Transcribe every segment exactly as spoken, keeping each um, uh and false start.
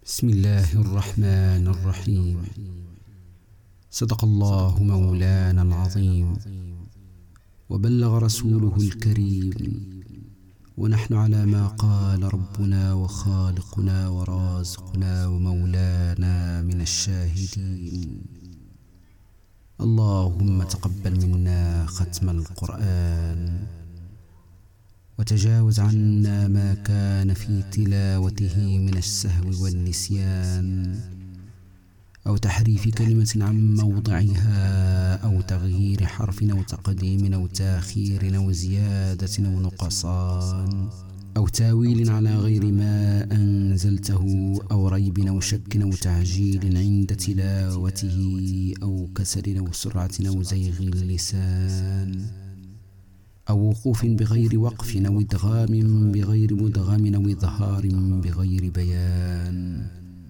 بسم الله الرحمن الرحيم. صدق الله مولانا العظيم، وبلغ رسوله الكريم، ونحن على ما قال ربنا وخالقنا ورازقنا ومولانا من الشاهدين. اللهم تقبل منا ختم القرآن، وتجاوز عنا ما كان في تلاوته من السهو والنسيان أو تحريف كلمة عن موضعها أو تغيير حرف أو تقديم أو تاخير أو زيادة أو نقصان أو تاويل على غير ما أنزلته أو ريب أو شك أو تعجيل عند تلاوته أو كسل أو سرعة أو زيغ اللسان أو وقوف بغير وقف أو إدغام بغير مدغم أو إظهار بغير بيان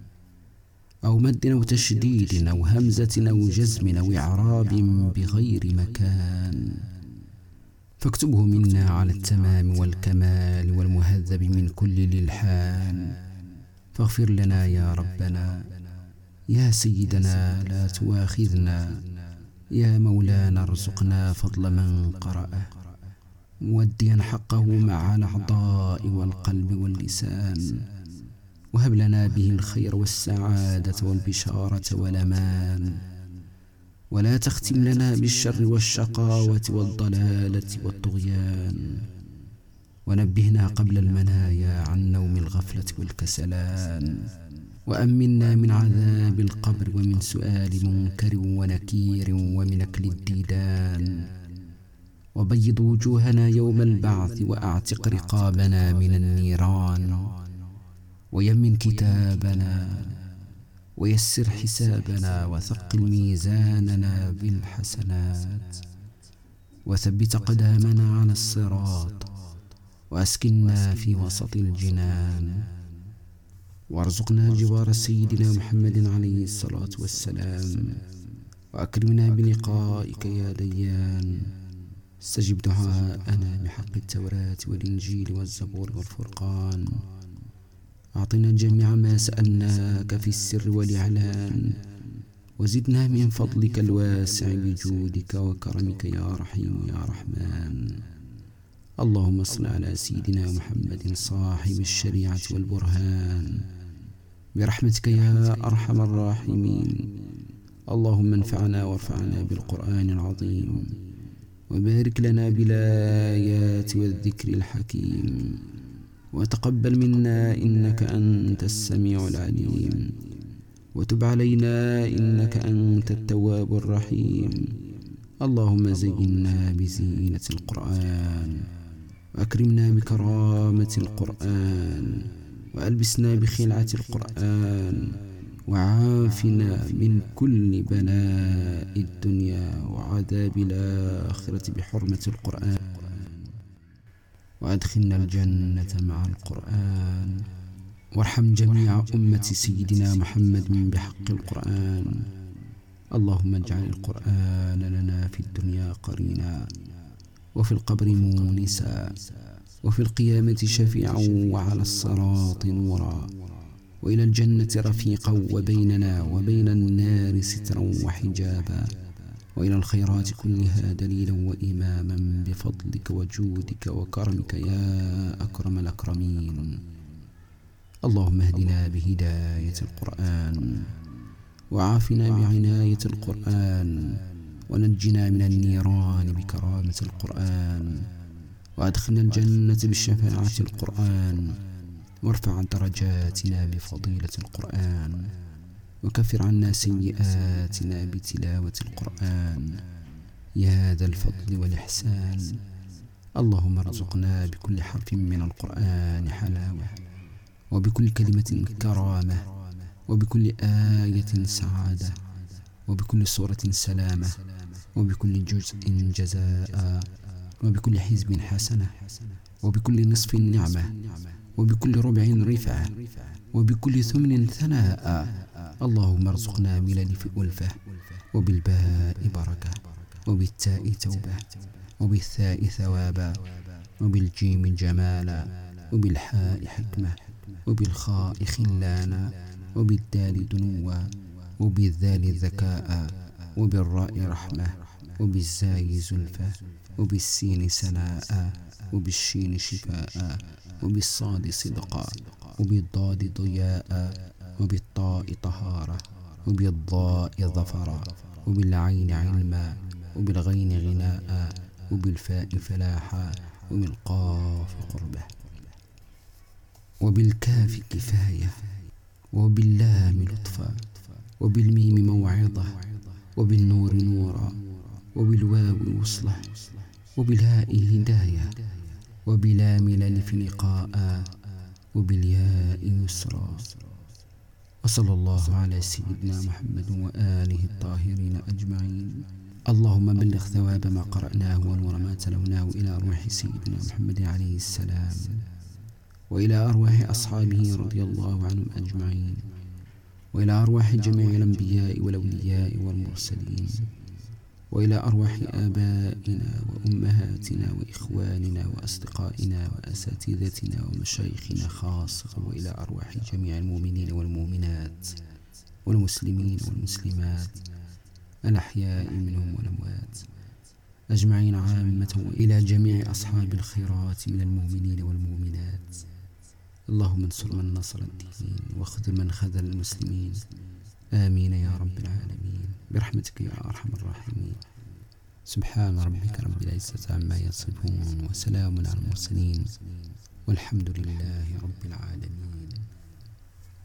أو مد أو تشديد أو همزة أو جزم أو إعراب بغير مكان، فاكتبه منا على التمام والكمال والمهذب من كل الإلحان. فاغفر لنا يا ربنا، يا سيدنا لا تواخذنا، يا مولانا ارزقنا فضل من قرأه موديا حقه مع الأعضاء والقلب واللسان، وهب لنا به الخير والسعادة والبشارة والأمان، ولا تختم لنا بالشر والشقاوة والضلالة والطغيان، ونبهنا قبل المنايا عن نوم الغفلة والكسلان، وأمنا من عذاب القبر ومن سؤال منكر ونكير ومن أكل الديدان، وبيض وجوهنا يوم البعث وأعتق رقابنا من النيران، ويمن كتابنا ويسر حسابنا وثقل ميزاننا بالحسنات، وثبت قدامنا على الصراط، وأسكننا في وسط الجنان، وارزقنا جوار سيدنا محمد عليه الصلاة والسلام، وأكرمنا بلقائك يا ديان. استجب دعاءنا بحق التوراة والإنجيل والزبور والفرقان، أعطنا جميع ما سألناك في السر والإعلان، وزدنا من فضلك الواسع بجودك وكرمك يا رحيم يا رحمن. اللهم صل على سيدنا محمد صاحب الشريعة والبرهان برحمتك يا أرحم الراحمين. اللهم انفعنا وارفعنا بالقرآن العظيم، وبارك لنا بالآيات والذكر الحكيم، وتقبل منا إنك أنت السميع العليم، وتب علينا إنك أنت التواب الرحيم. اللهم زينا بزينة القرآن، وأكرمنا بكرامة القرآن، وألبسنا بخلعة القرآن، وعافنا من كل بلاء الدنيا وعذاب الآخرة بحرمة القرآن، وأدخلنا الجنة مع القرآن، وارحم جميع أمة سيدنا محمد بحق القرآن. اللهم اجعل القرآن لنا في الدنيا قرينا، وفي القبر مونسا، وفي القيامة شفيعا، وعلى الصراط نورا، وإلى الجنة رفيقا، وبيننا وبين النار سترا وحجابا، وإلى الخيرات كلها دليلا وإماما بفضلك وجودك وكرمك يا أكرم الأكرمين. اللهم اهدنا بهداية القرآن، وعافنا بعناية القرآن، ونجنا من النيران بكرامة القرآن، وأدخلنا الجنة بشفاعة القرآن، وارفع درجاتنا بفضيلة القرآن، وكفر عنا سيئاتنا بتلاوة القرآن يا ذا الفضل والإحسان. اللهم ارزقنا بكل حرف من القرآن حلاوة، وبكل كلمة كرامة، وبكل آية سعادة، وبكل سورة سلامة، وبكل جزء جزاء، وبكل حزب حسنة، وبكل نصف نعمة، وبكل ربع رفعة، وبكل ثمن ثناء. اللهم ارزقنا بالالف ألفة، وبالباء بركة، وبالتاء توبة، وبالثاء ثوابا، وبالجيم جمالا، وبالحاء حكمة، وبالخاء خلانا، وبالدال دنوا، وبالذال ذكاء، وبالراء رحمة، وبالزاي زلفى، وبالسين سناء، وبالشين شفاء، وبالصاد صدقا، وبالضاد ضياء، وبالطاء طهارة، وبالضاء ظفرا، وبالعين علما، وبالغين غناء، وبالفاء فلاحا، وبالقاف قربة، وبالكاف كفاية، وباللام لطفا، وبالميم موعظة، وبالنور نورا، وبالواو وصلة، وبالهاء هداية، وبلام الألف لقاء، وبالياء يسرا. وصلى الله على سيدنا محمد وآله الطاهرين أجمعين. اللهم بلغ ثواب ما قرأناه ونور ما تلوناه إلى أرواح سيدنا محمد عليه السلام، وإلى أرواح أصحابه رضي الله عنهم أجمعين، وإلى أرواح جميع الأنبياء والأولياء والمرسلين، وإلى أرواح آبائنا وأمهاتنا وإخواننا وأصدقائنا وأساتذتنا ومشايخنا خاصة، وإلى أرواح جميع المؤمنين والمؤمنات والمسلمين والمسلمات الأحياء منهم والأموات أجمعين عامة، وإلى جميع أصحاب الخيرات من المؤمنين والمؤمنات. اللهم انصر من نصر الدين، واخذل من خذل المسلمين، آمين يا رب العالمين برحمتك يا أرحم الراحمين. سبحان ربك رب العزة عما يصفون، وسلام على المرسلين، والحمد لله رب العالمين.